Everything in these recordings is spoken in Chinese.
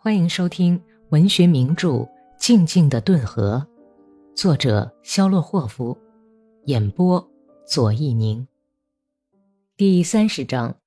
欢迎收听文学名著《静静的顿河》，作者肖洛霍夫，演播左一宁。第30章。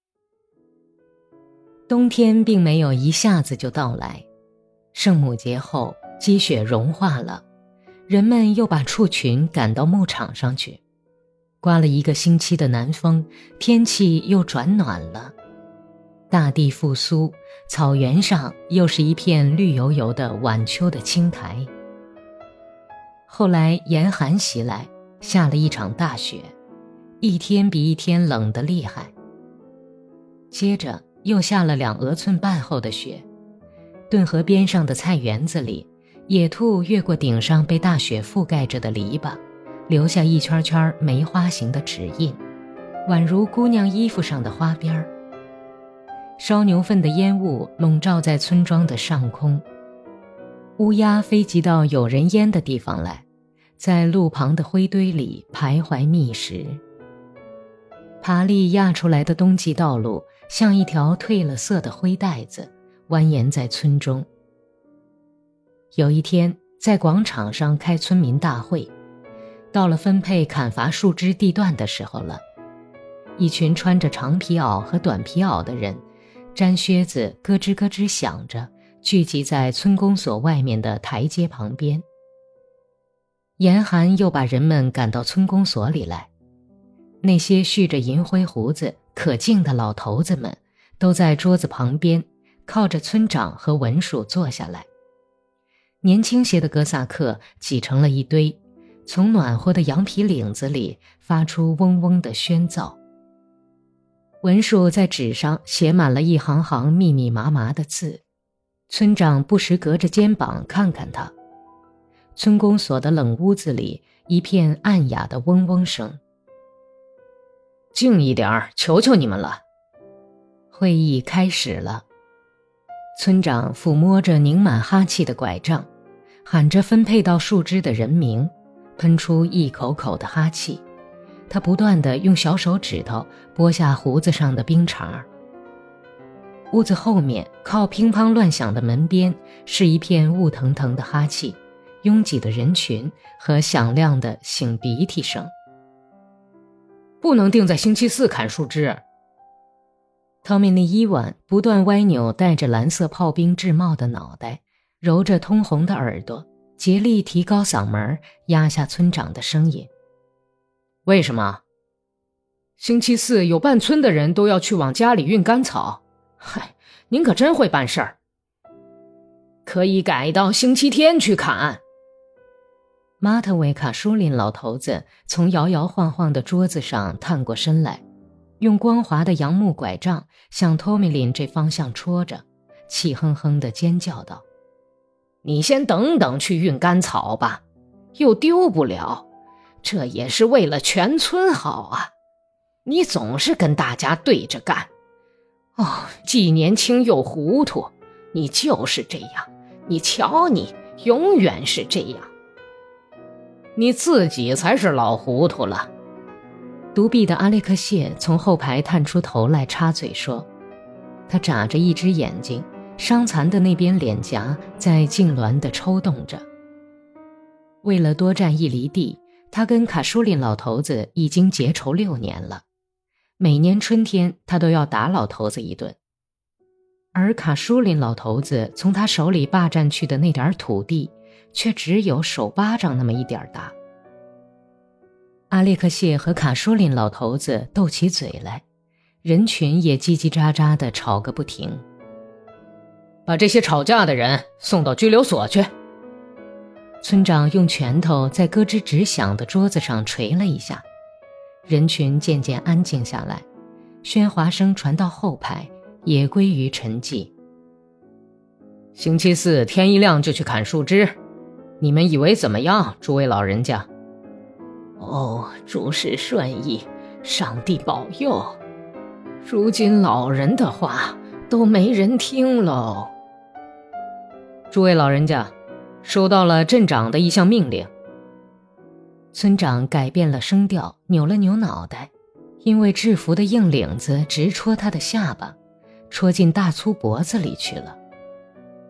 冬天并没有一下子就到来，圣母节后积雪融化了，人们又把畜群赶到牧场上去。刮了1个星期的南风，天气又转暖了，大地复苏，草原上又是一片绿油油的晚秋的青苔。后来严寒袭来，下了一场大雪，一天比一天冷得厉害。接着又下了2俄寸半厚的雪，顿河边上的菜园子里，野兔越过顶上被大雪覆盖着的篱笆，留下一圈圈梅花形的指印，宛如姑娘衣服上的花边儿。烧牛粪的烟雾笼罩在村庄的上空，乌鸦飞集到有人烟的地方来，在路旁的灰堆里徘徊觅食。爬犁压出来的冬季道路像一条褪了色的灰带子，蜿蜒在村中。有一天，在广场上开村民大会，到了分配砍伐树枝地段的时候了。一群穿着长皮袄和短皮袄的人，毡靴子咯吱咯吱响着，聚集在村公所外面的台阶旁边。严寒又把人们赶到村公所里来，那些蓄着银灰胡子可敬的老头子们都在桌子旁边靠着村长和文书坐下来。年轻些的哥萨克挤成了一堆，从暖和的羊皮领子里发出嗡嗡的喧噪。文书在纸上写满了一行行密密麻麻的字，村长不时隔着肩膀看看他。村公所的冷屋子里一片暗哑的嗡嗡声。 静一点，求求你们了。 会议开始了。村长抚摸着拧满哈气的拐杖，喊着分配到树枝的人名，喷出一口口的哈气。他不断地用小手指头拨下胡子上的冰碴。屋子后面靠乒乓乱响的门边是一片雾腾腾的哈气，拥挤的人群和响亮的擤鼻涕声。 不能定在星期4砍树枝。 汤米利伊万不断歪扭戴着蓝色炮兵制帽的脑袋，揉着通红的耳朵，竭力提高嗓门，压下村长的声音。 为什么？星期4有半村的人都要去往家里运干草。嗨，您可真会办事儿。可以改到星期天去砍。 马特维卡舒林老头子从摇摇晃晃的桌子上探过身来，用光滑的杨木拐杖向托米林这方向戳着，气哼哼地尖叫道： 你先等等去运干草吧，又丢不了，这也是为了全村好啊！你总是跟大家对着干。哦，既年轻又糊涂，你就是这样，你瞧你，永远是这样。你自己才是老糊涂了。 独臂的阿列克谢从后排探出头来插嘴说，他眨着一只眼睛，伤残的那边脸颊在痉挛地抽动着。为了多占一犁地，他跟卡舒林老头子已经结仇6年了，每年春天他都要打老头子一顿。而卡舒林老头子从他手里霸占去的那点土地，却只有手巴掌那么一点大。阿列克谢和卡舒林老头子斗起嘴来，人群也叽叽喳喳地吵个不停。 把这些吵架的人送到拘留所去。 村长用拳头在咯吱直响的桌子上捶了一下，人群渐渐安静下来，喧哗声传到后排，也归于沉寂。 星期4天一亮就去砍树枝，你们以为怎么样，诸位老人家？哦，诸事顺意，上帝保佑。如今老人的话都没人听喽。 诸位老人家，收到了镇长的一项命令。村长改变了声调，扭了扭脑袋，因为制服的硬领子直戳他的下巴，戳进大粗脖子里去了。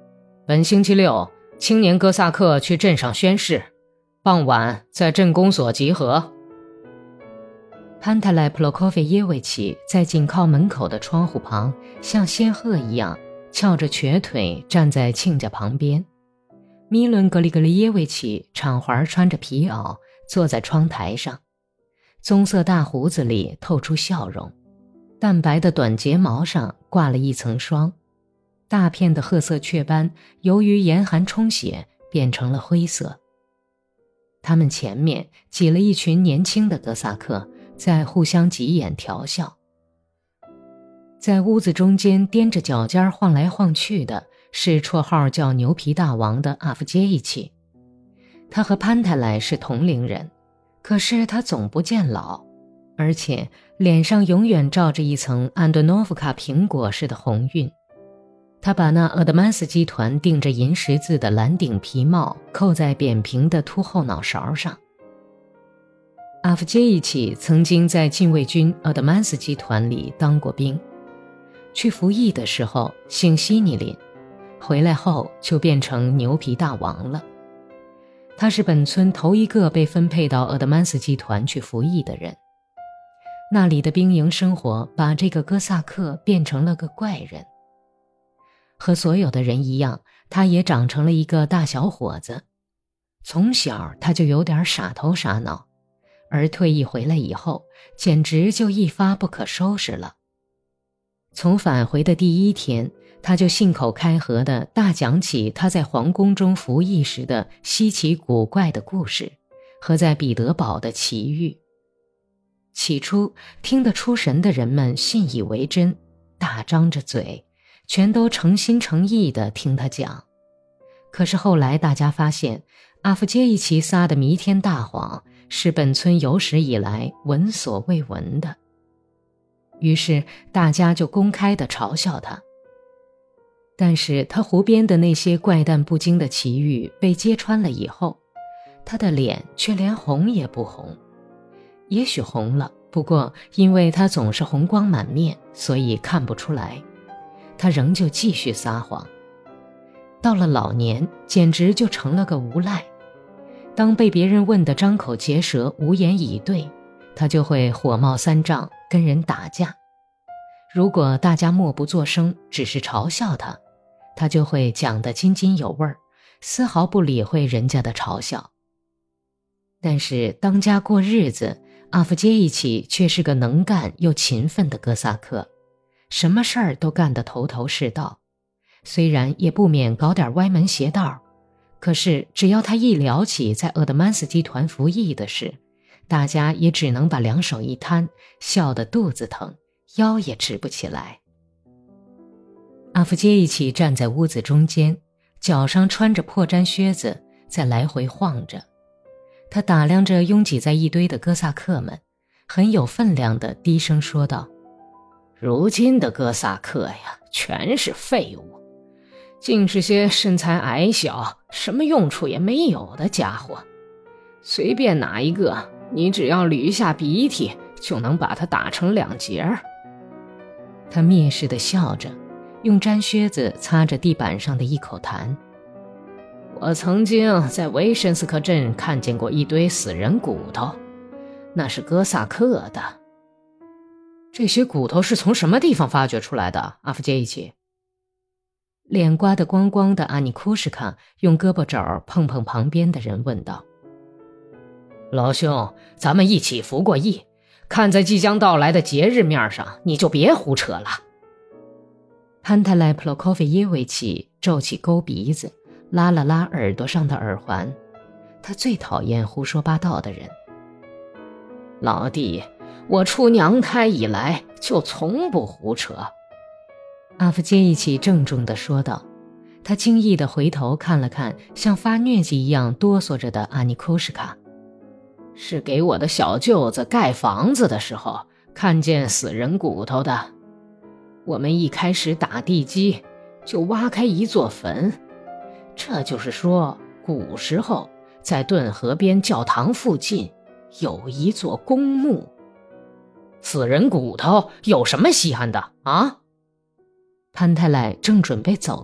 本星期六，青年哥萨克去镇上宣誓，傍晚在镇公所集合。 潘特莱·普洛科菲耶维奇在紧靠门口的窗户旁，像仙鹤一样翘着瘸腿站在亲家旁边。米伦·格里格里耶维奇敞怀穿着皮袄坐在窗台上，棕色大胡子里透出笑容，淡白的短睫毛上挂了一层霜，大片的褐色雀斑由于严寒冲洗变成了灰色。他们前面挤了一群年轻的哥萨克，在互相挤眼调笑。在屋子中间踮着脚尖晃来晃去的是绰号叫牛皮大王的阿夫杰伊奇。他和潘泰莱是同龄人，可是他总不见老，而且脸上永远罩着一层安顿诺夫卡苹果似的红晕。他把那厄德曼斯集团钉着银十字的蓝顶皮帽扣在扁平的秃后脑勺上。阿夫杰伊奇曾经在禁卫军厄德曼斯集团里当过兵，去服役的时候姓西尼林，回来后就变成牛皮大王了。他是本村头一个被分配到厄德曼斯集团去服役的人。那里的兵营生活把这个哥萨克变成了个怪人。和所有的人一样，他也长成了一个大小伙子。从小他就有点傻头傻脑，而退役回来以后，简直就一发不可收拾了。从返回的第一天，他就信口开河地大讲起他在皇宫中服役时的稀奇古怪的故事和在彼得堡的奇遇。起初听得出神的人们信以为真，大张着嘴，全都诚心诚意地听他讲。可是后来大家发现，阿夫杰伊奇撒的弥天大谎是本村有史以来闻所未闻的，于是大家就公开地嘲笑他。但是他胡编的那些怪诞不经的奇遇被揭穿了以后，他的脸却连红也不红。也许红了，不过因为他总是红光满面，所以看不出来。他仍旧继续撒谎。到了老年，简直就成了个无赖。当被别人问得张口结舌无言以对，他就会火冒三丈跟人打架。如果大家默不作声，只是嘲笑他，他就会讲得津津有味儿，丝毫不理会人家的嘲笑。但是当家过日子，阿夫杰伊奇却是个能干又勤奋的哥萨克，什么事儿都干得头头是道，虽然也不免搞点歪门邪道，可是只要他一聊起在厄德曼斯集团服役的事，大家也只能把两手一摊，笑得肚子疼，腰也直不起来。阿夫杰伊奇站在屋子中间，脚上穿着破毡靴子，在来回晃着。他打量着拥挤在一堆的哥萨克们，很有分量地低声说道： 如今的哥萨克呀，全是废物，尽是些身材矮小，什么用处也没有的家伙。随便哪一个，你只要捋一下鼻涕，就能把他打成两截儿。 他蔑视地笑着，用毡靴子擦着地板上的一口痰。 我曾经在维申斯克镇看见过一堆死人骨头，那是哥萨克的。 这些骨头是从什么地方发掘出来的，阿夫杰伊奇？ 脸刮得光光的阿尼库什卡用胳膊肘碰碰旁边的人问道： 老兄，咱们一起服过役，看在即将到来的节日面上，你就别胡扯了。 潘泰莱普洛科菲耶维奇皱起勾鼻子，拉了拉耳朵上的耳环。他最讨厌胡说八道的人。 老弟，我出娘胎以来就从不胡扯。 阿夫杰伊奇郑重地说道。他惊异地回头看了看像发疟疾一样哆嗦着的阿尼库什卡。 是给我的小舅子盖房子的时候看见死人骨头的。我们一开始打地基就挖开一座坟，这就是说古时候在顿河边教堂附近有一座公墓。死人骨头有什么稀罕的啊？ 潘泰莱正准备走开，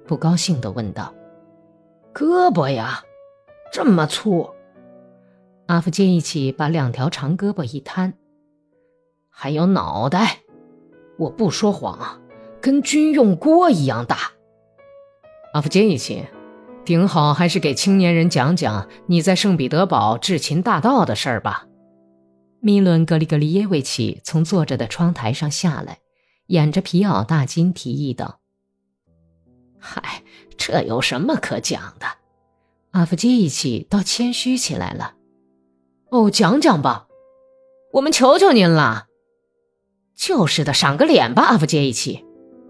不高兴地问道： 胳膊呀，这么粗。 阿夫杰伊奇把2条长胳膊一摊： 还有脑袋，我不说谎，跟军用锅一样大。 阿夫杰伊奇，顶好还是给青年人讲讲你在圣彼得堡制琴大道的事儿吧。 米伦·格里格里耶维奇从坐着的窗台上下来，掩着皮袄大襟提议道： 嗨，这有什么可讲的？ 阿夫杰伊奇倒谦虚起来了。 哦，讲讲吧，我们求求您了。 就是的，赏个脸吧，阿夫杰伊奇。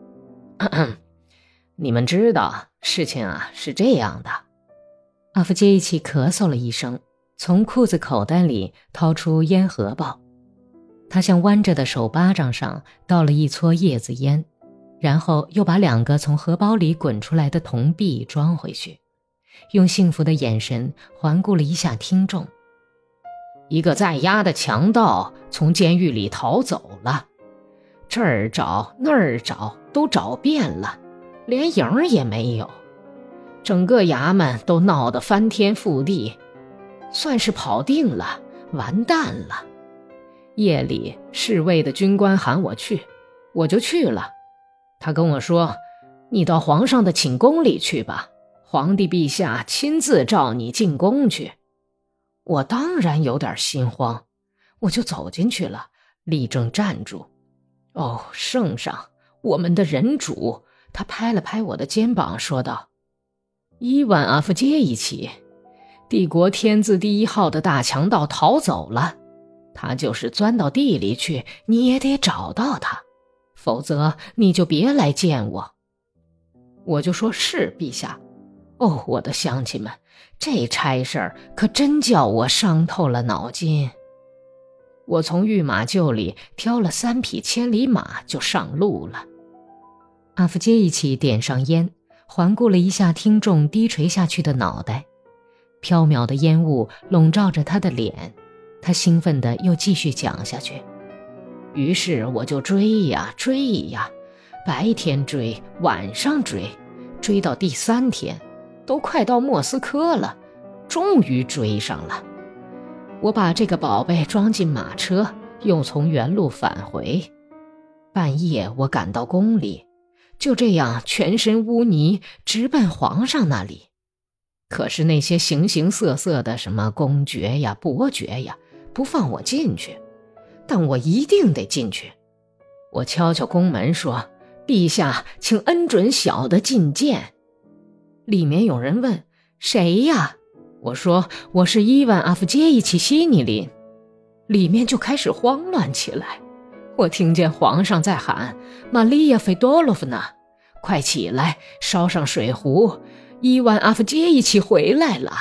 你们知道事情啊是这样的。 阿夫杰伊奇咳嗽了一声，从裤子口袋里掏出烟荷包。他向弯着的手巴掌上倒了一撮叶子烟，然后又把2个从荷包里滚出来的铜币装回去，用幸福的眼神环顾了一下听众。 一个在押的强盗从监狱里逃走了，这儿找那儿找都找遍了，连影儿也没有。整个衙门都闹得翻天覆地，算是跑定了，完蛋了。夜里侍卫的军官喊我去，我就去了。他跟我说：你到皇上的寝宫里去吧，皇帝陛下亲自召你进宫去。我当然有点心慌，我就走进去了，立正站住。哦，圣上，我们的人主，他拍了拍我的肩膀说道：伊万阿夫杰伊奇，帝国天字第1号的大强盗逃走了，他就是钻到地里去，你也得找到他，否则你就别来见我。我就说是陛下。哦，我的乡亲们，这差事儿可真叫我伤透了脑筋。我从御马厩里挑了3匹千里马就上路了。 阿夫杰伊奇点上烟，环顾了一下听众低垂下去的脑袋，飘渺的烟雾笼罩着他的脸，他兴奋地又继续讲下去。 于是我就追呀追呀，白天追，晚上追，追到第3天，都快到莫斯科了，终于追上了。我把这个宝贝装进马车，又从原路返回。半夜我赶到宫里，就这样全身污泥，直奔皇上那里。可是那些形形色色的什么公爵呀、伯爵呀，不放我进去，但我一定得进去。我敲敲宫门说：陛下，请恩准小的觐见。里面有人问：谁呀？我说：我是伊万阿夫杰伊奇西尼林。里面就开始慌乱起来。我听见皇上在喊：玛利亚·费多洛夫娜，快起来，烧上水壶，伊万阿夫杰伊奇回来了。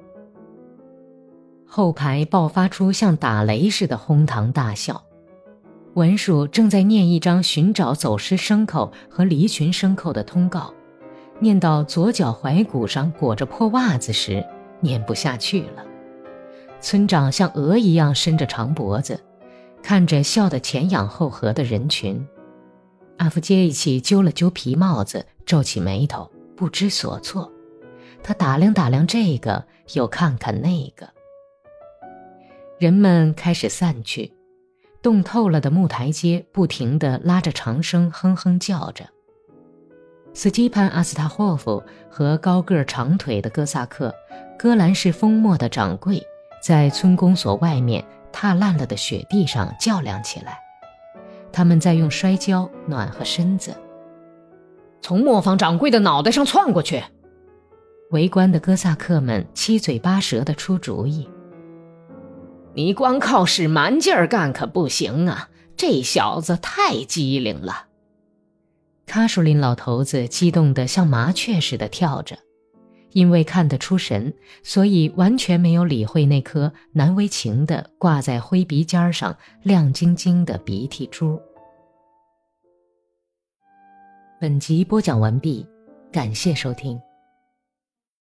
后排爆发出像打雷似的哄堂大笑。文书正在念一张寻找走失牲口和离群牲口的通告，念到左脚踝骨上裹着破袜子时，念不下去了。村长像鹅一样伸着长脖子，看着笑得前仰后合的人群。阿夫杰伊奇揪了揪皮帽子，皱起眉头，不知所措。他打量打量这个，又看看那个。人们开始散去，冻透了的木台阶不停地拉着长声哼哼叫着。斯基潘·阿斯塔霍夫和高个长腿的哥萨克戈兰式风墨的掌柜在村公所外面踏烂了的雪地上较量起来，他们在用摔跤暖和身子。 从磨坊掌柜的脑袋上窜过去！ 围观的哥萨克们七嘴八舌地出主意。 你光靠使蛮劲儿干可不行啊，这小子太机灵了。 喀舒林老头子激动得像麻雀似的跳着，因为看得出神，所以完全没有理会那颗难为情地挂在灰鼻尖上亮晶晶的鼻涕珠。本集播讲完毕，感谢收听。